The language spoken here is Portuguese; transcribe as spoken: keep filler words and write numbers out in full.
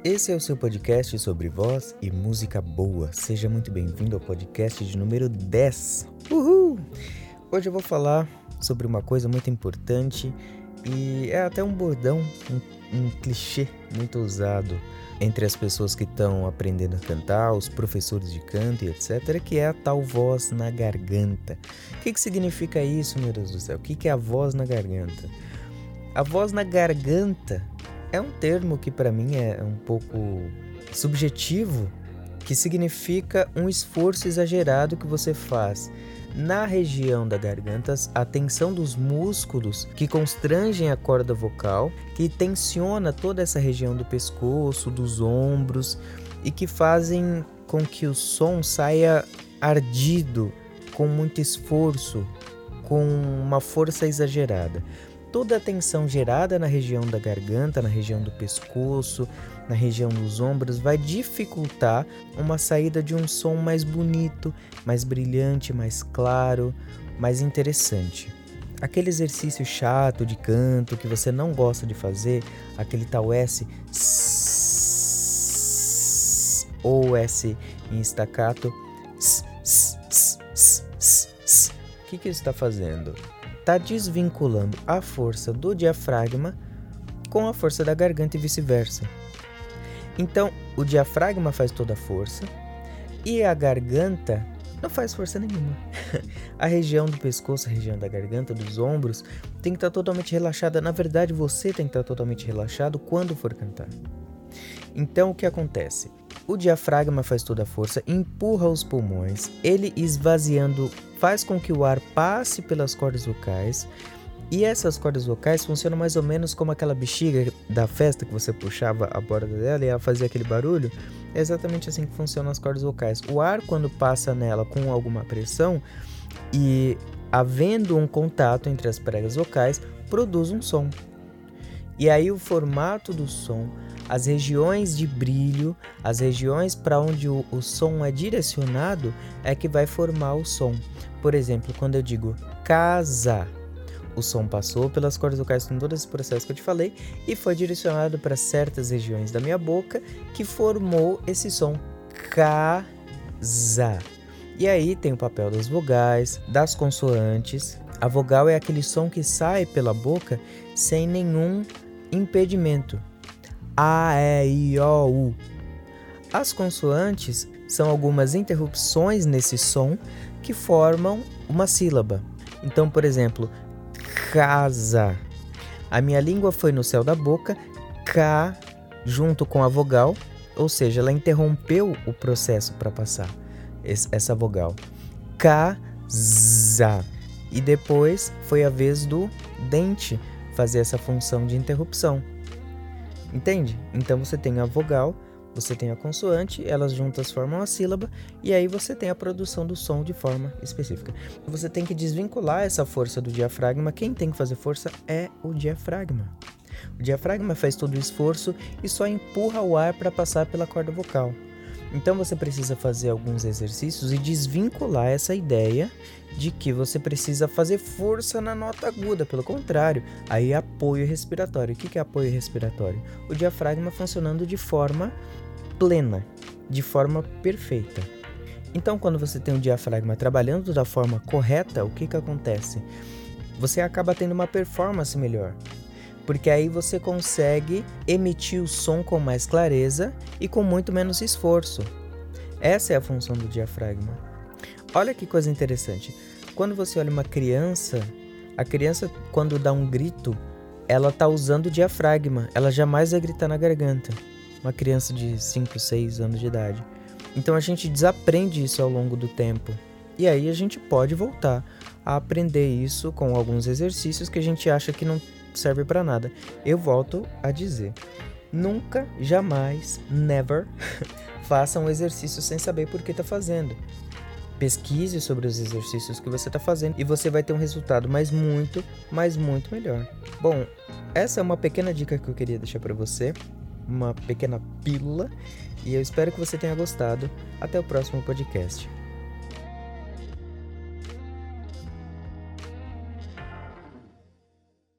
Esse é o seu podcast sobre voz e música boa. Seja muito bem-vindo ao podcast de número dez. Uhul! Hoje eu vou falar sobre uma coisa muito importante e é até um bordão, um, um clichê muito usado entre as pessoas que estão aprendendo a cantar, os professores de canto e etcétera, que é a tal voz na garganta. O que, que significa isso, meu Deus do céu? O que, que é a voz na garganta? A voz na garganta é um termo que para mim é um pouco subjetivo, que significa um esforço exagerado que você faz na região da garganta, a tensão dos músculos que constrangem a corda vocal, que tensiona toda essa região do pescoço, dos ombros e que fazem com que o som saia ardido, com muito esforço, com uma força exagerada. Toda a tensão gerada na região da garganta, na região do pescoço, na região dos ombros, vai dificultar uma saída de um som mais bonito, mais brilhante, mais claro, mais interessante. Aquele exercício chato de canto que você não gosta de fazer, aquele tal S, S ou S em staccato, S, S, S, S, S, S. O que, que isso está fazendo? Está desvinculando a força do diafragma com a força da garganta e vice-versa. Então, o diafragma faz toda a força e a garganta não faz força nenhuma. A região do pescoço, a região da garganta, dos ombros, tem que estar totalmente relaxada. Na verdade, você tem que estar totalmente relaxado quando for cantar. Então, o que acontece? O diafragma faz toda a força, empurra os pulmões, ele esvaziando faz com que o ar passe pelas cordas vocais e essas cordas vocais funcionam mais ou menos como aquela bexiga da festa que você puxava a borda dela e ela fazia aquele barulho. É exatamente assim que funcionam as cordas vocais. O ar, quando passa nela com alguma pressão e havendo um contato entre as pregas vocais, produz um som. E aí o formato do som, as regiões de brilho, as regiões para onde o, o som é direcionado é que vai formar o som. Por exemplo, quando eu digo casa, o som passou pelas cordas vocais com todo esse processo que eu te falei e foi direcionado para certas regiões da minha boca que formou esse som casa. E aí tem o papel das vogais, das consoantes. A vogal é aquele som que sai pela boca sem nenhum impedimento. A, E, I, O, U. As consoantes são algumas interrupções nesse som que formam uma sílaba. Então, por exemplo, casa. A minha língua foi no céu da boca, K, junto com a vogal, ou seja, ela interrompeu o processo para passar essa vogal. Casa. E depois foi a vez do dente fazer essa função de interrupção. Entende? Então você tem a vogal, você tem a consoante, elas juntas formam a sílaba e aí você tem a produção do som de forma específica. Você tem que desvincular essa força do diafragma. Quem tem que fazer força é o diafragma. O diafragma faz todo o esforço e só empurra o ar para passar pela corda vocal. Então você precisa fazer alguns exercícios e desvincular essa ideia de que você precisa fazer força na nota aguda. Pelo contrário, aí é apoio respiratório. O que é apoio respiratório? O diafragma funcionando de forma plena, de forma perfeita. Então, quando você tem o diafragma trabalhando da forma correta, o que que acontece? Você acaba tendo uma performance melhor. Porque aí você consegue emitir o som com mais clareza e com muito menos esforço. Essa é a função do diafragma. Olha que coisa interessante. Quando você olha uma criança, a criança, quando dá um grito, ela está usando o diafragma. Ela jamais vai gritar na garganta. Uma criança de cinco, seis anos de idade. Então a gente desaprende isso ao longo do tempo. E aí a gente pode voltar a aprender isso com alguns exercícios que a gente acha que não serve para nada. Eu volto a dizer, nunca, jamais, never faça um exercício sem saber por que está fazendo. Pesquise sobre os exercícios que você está fazendo e você vai ter um resultado mais muito, mas muito melhor. Bom, essa é uma pequena dica que eu queria deixar para você, uma pequena pílula, e eu espero que você tenha gostado. Até o próximo podcast.